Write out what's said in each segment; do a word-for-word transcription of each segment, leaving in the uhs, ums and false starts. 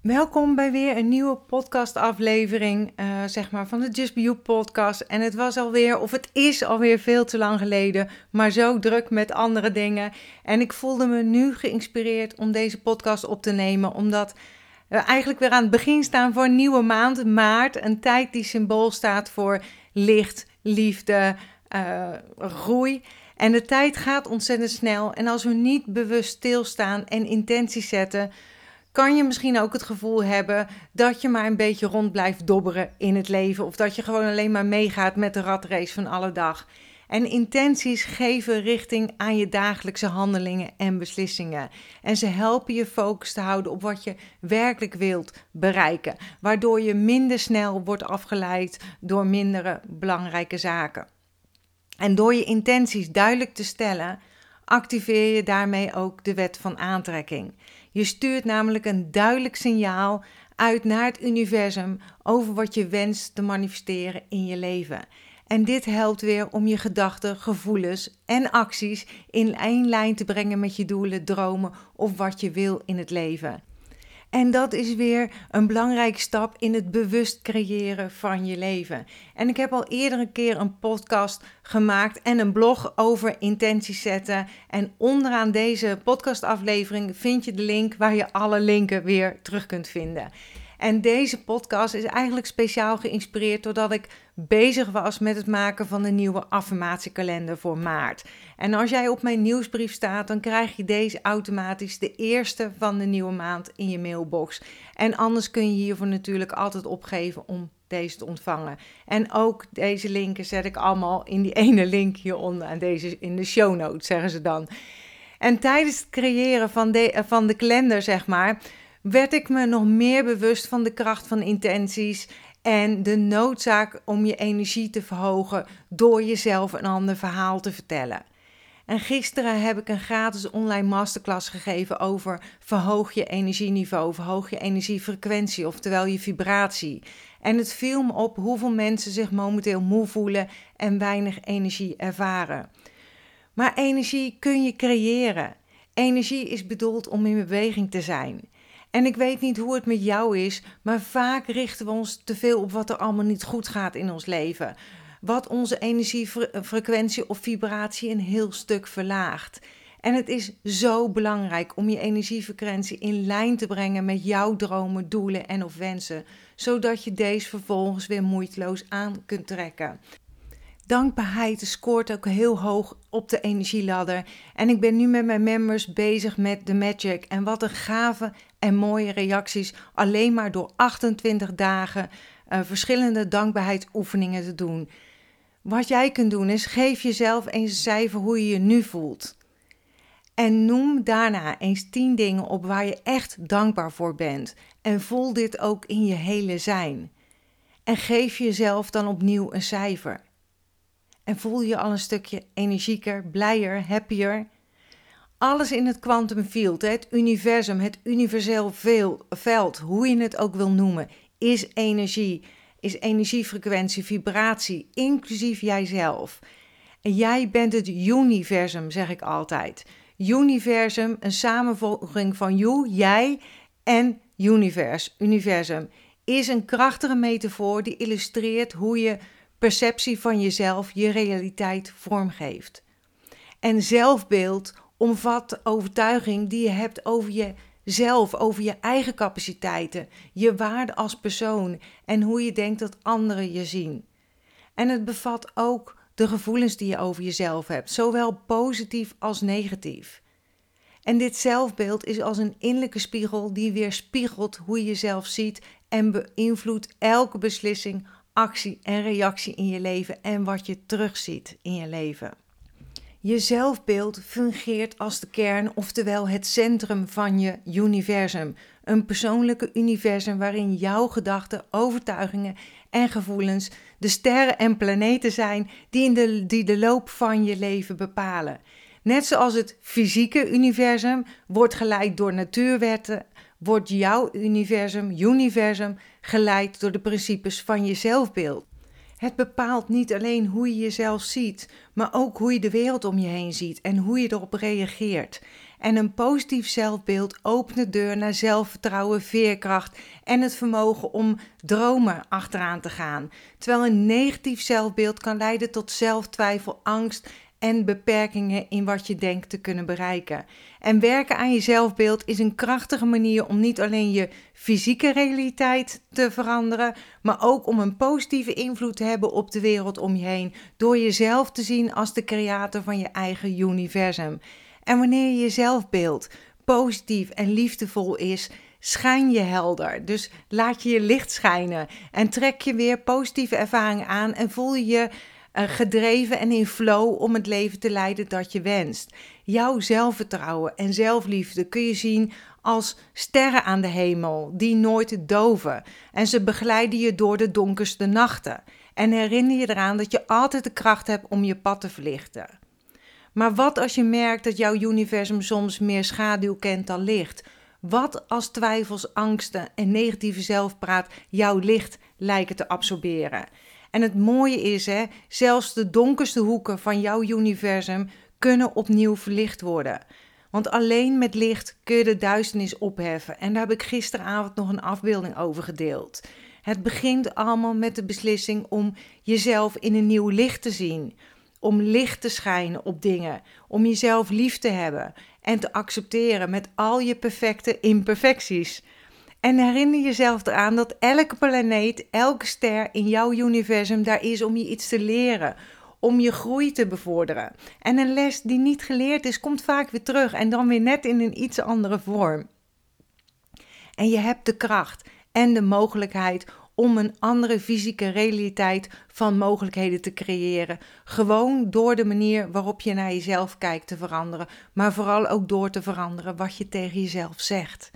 Welkom bij weer een nieuwe podcastaflevering, uh, zeg maar, van de Just Be You podcast. En het was alweer, of het is alweer veel te lang geleden, maar zo druk met andere dingen. En ik voelde me nu geïnspireerd om deze podcast op te nemen, omdat we eigenlijk weer aan het begin staan voor een nieuwe maand, maart. Een tijd die symbool staat voor licht, liefde, uh, groei. En de tijd gaat ontzettend snel. En als we niet bewust stilstaan en intenties zetten, kan je misschien ook het gevoel hebben dat je maar een beetje rond blijft dobberen in het leven. Of dat je gewoon alleen maar meegaat met de ratrace van alle dag. En intenties geven richting aan je dagelijkse handelingen en beslissingen. En ze helpen je focus te houden op wat je werkelijk wilt bereiken. Waardoor je minder snel wordt afgeleid door mindere belangrijke zaken. En door je intenties duidelijk te stellen, activeer je daarmee ook de wet van aantrekking. Je stuurt namelijk een duidelijk signaal uit naar het universum over wat je wenst te manifesteren in je leven. En dit helpt weer om je gedachten, gevoelens en acties in één lijn te brengen met je doelen, dromen of wat je wil in het leven. En dat is weer een belangrijke stap in het bewust creëren van je leven. En ik heb al eerder een keer een podcast gemaakt en een blog over intenties zetten. En onderaan deze podcastaflevering vind je de link waar je alle linken weer terug kunt vinden. En deze podcast is eigenlijk speciaal geïnspireerd doordat ik bezig was met het maken van een nieuwe affirmatiekalender voor maart. En als jij op mijn nieuwsbrief staat, dan krijg je deze automatisch de eerste van de nieuwe maand in je mailbox. En anders kun je hiervoor natuurlijk altijd opgeven om deze te ontvangen. En ook deze linken zet ik allemaal in die ene link hieronder en deze in de show notes, zeggen ze dan. En tijdens het creëren van de, van de kalender, zeg maar, werd ik me nog meer bewust van de kracht van intenties en de noodzaak om je energie te verhogen door jezelf een ander verhaal te vertellen. En gisteren heb ik een gratis online masterclass gegeven over verhoog je energieniveau, verhoog je energiefrequentie, oftewel je vibratie. En het viel me op hoeveel mensen zich momenteel moe voelen en weinig energie ervaren. Maar energie kun je creëren. Energie is bedoeld om in beweging te zijn. En ik weet niet hoe het met jou is, maar vaak richten we ons te veel op wat er allemaal niet goed gaat in ons leven. Wat onze energiefrequentie of vibratie een heel stuk verlaagt. En het is zo belangrijk om je energiefrequentie in lijn te brengen met jouw dromen, doelen en of wensen. Zodat je deze vervolgens weer moeiteloos aan kunt trekken. Dankbaarheid scoort ook heel hoog op de energieladder. En ik ben nu met mijn members bezig met The Magic. En wat een gave en mooie reacties. Alleen maar door achtentwintig dagen uh, verschillende dankbaarheidsoefeningen te doen. Wat jij kunt doen is, geef jezelf eens een cijfer hoe je je nu voelt. En noem daarna eens tien dingen op waar je echt dankbaar voor bent. En voel dit ook in je hele zijn. En geef jezelf dan opnieuw een cijfer. En voel je al een stukje energieker, blijer, happier. Alles in het quantum field, het universum, het universeel veld, hoe je het ook wil noemen, is energie. Is energiefrequentie, vibratie, inclusief jijzelf. En jij bent het universum, zeg ik altijd. Universum, een samenvoeging van you, jij en univers, universum, is een krachtige metafoor die illustreert hoe je perceptie van jezelf je realiteit vormgeeft. En zelfbeeld omvat de overtuiging die je hebt over jezelf, over je eigen capaciteiten, je waarde als persoon en hoe je denkt dat anderen je zien. En het bevat ook de gevoelens die je over jezelf hebt, zowel positief als negatief. En dit zelfbeeld is als een innerlijke spiegel die weerspiegelt hoe je jezelf ziet en beïnvloedt elke beslissing, actie en reactie in je leven en wat je terugziet in je leven. Je zelfbeeld fungeert als de kern, oftewel het centrum van je universum. Een persoonlijke universum waarin jouw gedachten, overtuigingen en gevoelens de sterren en planeten zijn die, in de, die de loop van je leven bepalen. Net zoals het fysieke universum wordt geleid door natuurwetten, wordt jouw universum, universum geleid door de principes van je zelfbeeld. Het bepaalt niet alleen hoe je jezelf ziet, maar ook hoe je de wereld om je heen ziet en hoe je erop reageert. En een positief zelfbeeld opent de deur naar zelfvertrouwen, veerkracht en het vermogen om dromen achteraan te gaan. Terwijl een negatief zelfbeeld kan leiden tot zelftwijfel, angst en beperkingen in wat je denkt te kunnen bereiken. En werken aan je zelfbeeld is een krachtige manier om niet alleen je fysieke realiteit te veranderen, maar ook om een positieve invloed te hebben op de wereld om je heen, door jezelf te zien als de creator van je eigen universum. En wanneer je zelfbeeld positief en liefdevol is, schijn je helder. Dus laat je je licht schijnen en trek je weer positieve ervaringen aan en voel je je uh, gedreven en in flow om het leven te leiden dat je wenst. Jouw zelfvertrouwen en zelfliefde kun je zien als sterren aan de hemel die nooit doven. En ze begeleiden je door de donkerste nachten. En herinner je eraan dat je altijd de kracht hebt om je pad te verlichten. Maar wat als je merkt dat jouw universum soms meer schaduw kent dan licht? Wat als twijfels, angsten en negatieve zelfpraat jouw licht lijken te absorberen? En het mooie is, hè, zelfs de donkerste hoeken van jouw universum kunnen opnieuw verlicht worden. Want alleen met licht kun je de duisternis opheffen. En daar heb ik gisteravond nog een afbeelding over gedeeld. Het begint allemaal met de beslissing om jezelf in een nieuw licht te zien. Om licht te schijnen op dingen. Om jezelf lief te hebben. En te accepteren met al je perfecte imperfecties. En herinner jezelf eraan dat elke planeet, elke ster in jouw universum daar is om je iets te leren. Om je groei te bevorderen. En een les die niet geleerd is, komt vaak weer terug. En dan weer net in een iets andere vorm. En je hebt de kracht en de mogelijkheid om een andere fysieke realiteit van mogelijkheden te creëren. Gewoon door de manier waarop je naar jezelf kijkt te veranderen. Maar vooral ook door te veranderen wat je tegen jezelf zegt.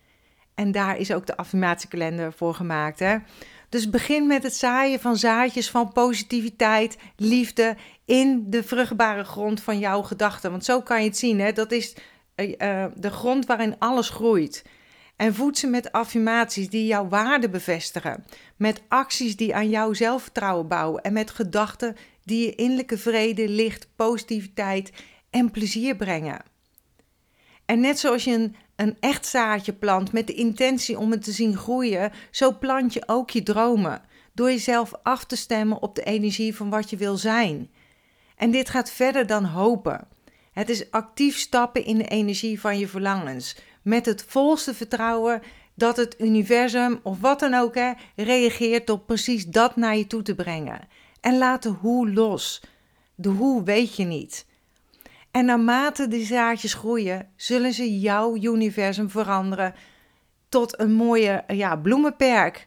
En daar is ook de affirmatiekalender voor gemaakt, hè? Dus begin met het zaaien van zaadjes van positiviteit, liefde in de vruchtbare grond van jouw gedachten. Want zo kan je het zien, hè? Dat is uh, de grond waarin alles groeit. En voed ze met affirmaties die jouw waarde bevestigen. Met acties die aan jouw zelfvertrouwen bouwen. En met gedachten die je innerlijke vrede, licht, positiviteit en plezier brengen. En net zoals je een, een echt zaadje plant met de intentie om het te zien groeien, zo plant je ook je dromen. Door jezelf af te stemmen op de energie van wat je wil zijn. En dit gaat verder dan hopen. Het is actief stappen in de energie van je verlangens. Met het volste vertrouwen dat het universum of wat dan ook hè, reageert op precies dat naar je toe te brengen. En laat de hoe los. De hoe weet je niet. En naarmate die zaadjes groeien, zullen ze jouw universum veranderen tot een mooie ja, bloemenperk.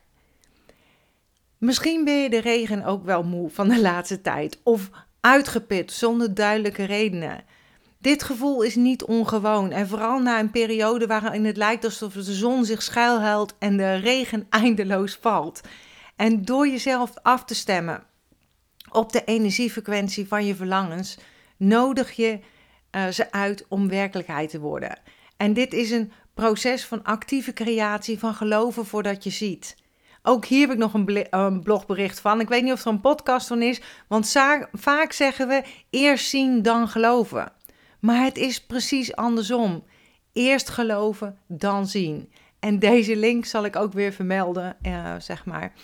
Misschien ben je de regen ook wel moe van de laatste tijd of uitgeput zonder duidelijke redenen. Dit gevoel is niet ongewoon en vooral na een periode waarin het lijkt alsof de zon zich schuilhuilt en de regen eindeloos valt. En door jezelf af te stemmen op de energiefrequentie van je verlangens, nodig je uh, ze uit om werkelijkheid te worden. En dit is een proces van actieve creatie, van geloven voordat je ziet. Ook hier heb ik nog een, bl- een blogbericht van. Ik weet niet of er een podcast van is, want za- vaak zeggen we eerst zien dan geloven. Maar het is precies andersom. Eerst geloven, dan zien. En deze link zal ik ook weer vermelden, uh, zeg maar.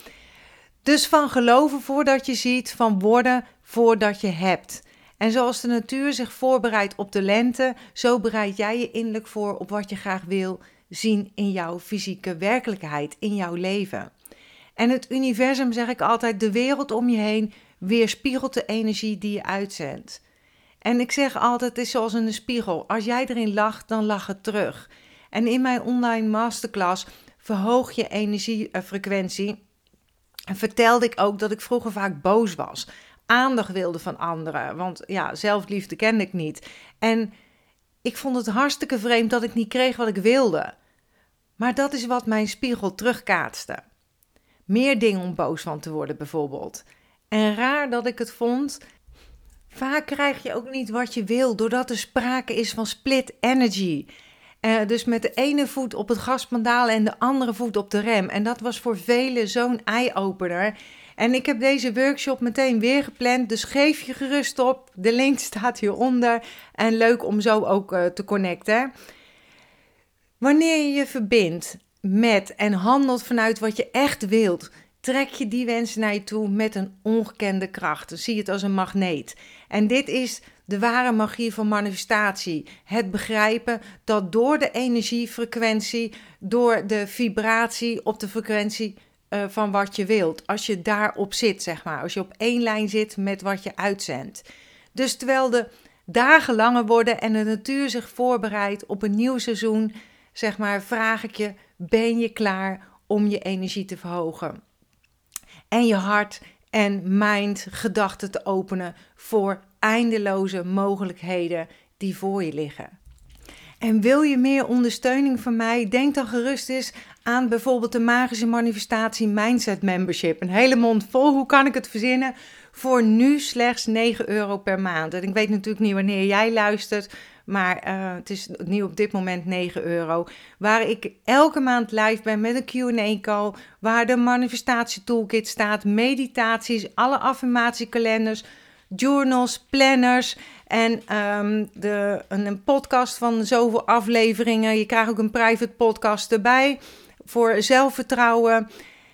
Dus van geloven voordat je ziet, van worden voordat je hebt. En zoals de natuur zich voorbereidt op de lente, zo bereid jij je innerlijk voor op wat je graag wil zien in jouw fysieke werkelijkheid, in jouw leven. En het universum, zeg ik altijd, de wereld om je heen weerspiegelt de energie die je uitzendt. En ik zeg altijd, het is zoals in een spiegel. Als jij erin lacht, dan lach het terug. En in mijn online masterclass verhoog je energiefrequentie. En vertelde ik ook dat ik vroeger vaak boos was. Aandacht wilde van anderen. Want ja, zelfliefde kende ik niet. En ik vond het hartstikke vreemd dat ik niet kreeg wat ik wilde. Maar dat is wat mijn spiegel terugkaatste. Meer dingen om boos van te worden bijvoorbeeld. En raar dat ik het vond. Vaak krijg je ook niet wat je wil, doordat er sprake is van split energy. Uh, dus met de ene voet op het gaspedaal en de andere voet op de rem. En dat was voor velen zo'n eye-opener. En ik heb deze workshop meteen weer gepland, dus geef je gerust op. De link staat hieronder en leuk om zo ook uh, te connecten. Wanneer je je verbindt met en handelt vanuit wat je echt wilt, trek je die wensen naar je toe met een ongekende kracht. Dan zie je het als een magneet. En dit is de ware magie van manifestatie. Het begrijpen dat door de energiefrequentie, door de vibratie op de frequentie uh, van wat je wilt. Als je daarop zit, zeg maar. Als je op één lijn zit met wat je uitzendt. Dus terwijl de dagen langer worden en de natuur zich voorbereidt op een nieuw seizoen, zeg maar, vraag ik je, ben je klaar om je energie te verhogen? En je hart en mind, gedachten te openen voor eindeloze mogelijkheden die voor je liggen. En wil je meer ondersteuning van mij? Denk dan gerust eens aan bijvoorbeeld de Magische Manifestatie Mindset Membership. Een hele mond vol, hoe kan ik het verzinnen? Voor nu slechts negen euro per maand. En ik weet natuurlijk niet wanneer jij luistert, maar uh, het is nu op dit moment negen euro. Waar ik elke maand live ben met een Q en A call, waar de manifestatie toolkit staat, meditaties, alle affirmatiekalenders, journals, planners en um, de, een, een podcast van zoveel afleveringen. Je krijgt ook een private podcast erbij voor zelfvertrouwen.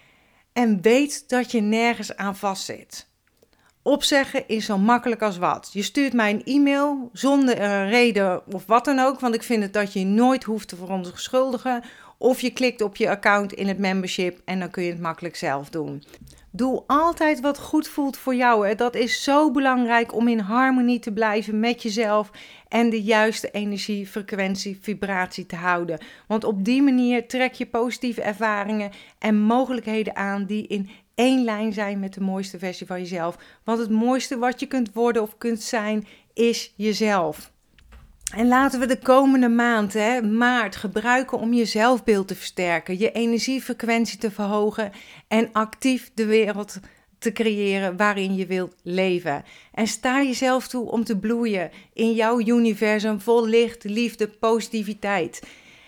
En weet dat je nergens aan vastzit. Opzeggen is zo makkelijk als wat. Je stuurt mij een e-mail zonder uh, reden of wat dan ook, want ik vind het dat je nooit hoeft te verontschuldigen. Of je klikt op je account in het membership en dan kun je het makkelijk zelf doen. Doe altijd wat goed voelt voor jou. Hè. Dat is zo belangrijk om in harmonie te blijven met jezelf en de juiste energie, frequentie, vibratie te houden. Want op die manier trek je positieve ervaringen en mogelijkheden aan die in één lijn zijn met de mooiste versie van jezelf. Want het mooiste wat je kunt worden of kunt zijn is jezelf. En laten we de komende maand, hè, maart, gebruiken om je zelfbeeld te versterken, je energiefrequentie te verhogen en actief de wereld te creëren waarin je wilt leven. En sta jezelf toe om te bloeien in jouw universum vol licht, liefde, positiviteit.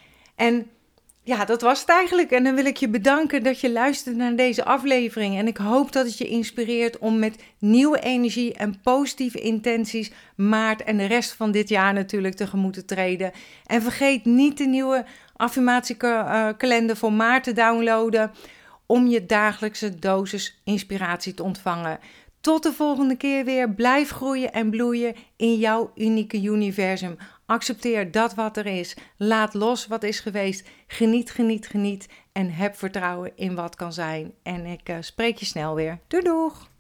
En ja, dat was het eigenlijk. En dan wil ik je bedanken dat je luistert naar deze aflevering. En ik hoop dat het je inspireert om met nieuwe energie en positieve intenties maart en de rest van dit jaar natuurlijk tegemoet te treden. En vergeet niet de nieuwe affirmatiekalender voor maart te downloaden om je dagelijkse dosis inspiratie te ontvangen. Tot de volgende keer weer. Blijf groeien en bloeien in jouw unieke universum. Accepteer dat wat er is. Laat los wat is geweest. Geniet, geniet, geniet. En heb vertrouwen in wat kan zijn. En ik uh, spreek je snel weer. Doei doeg!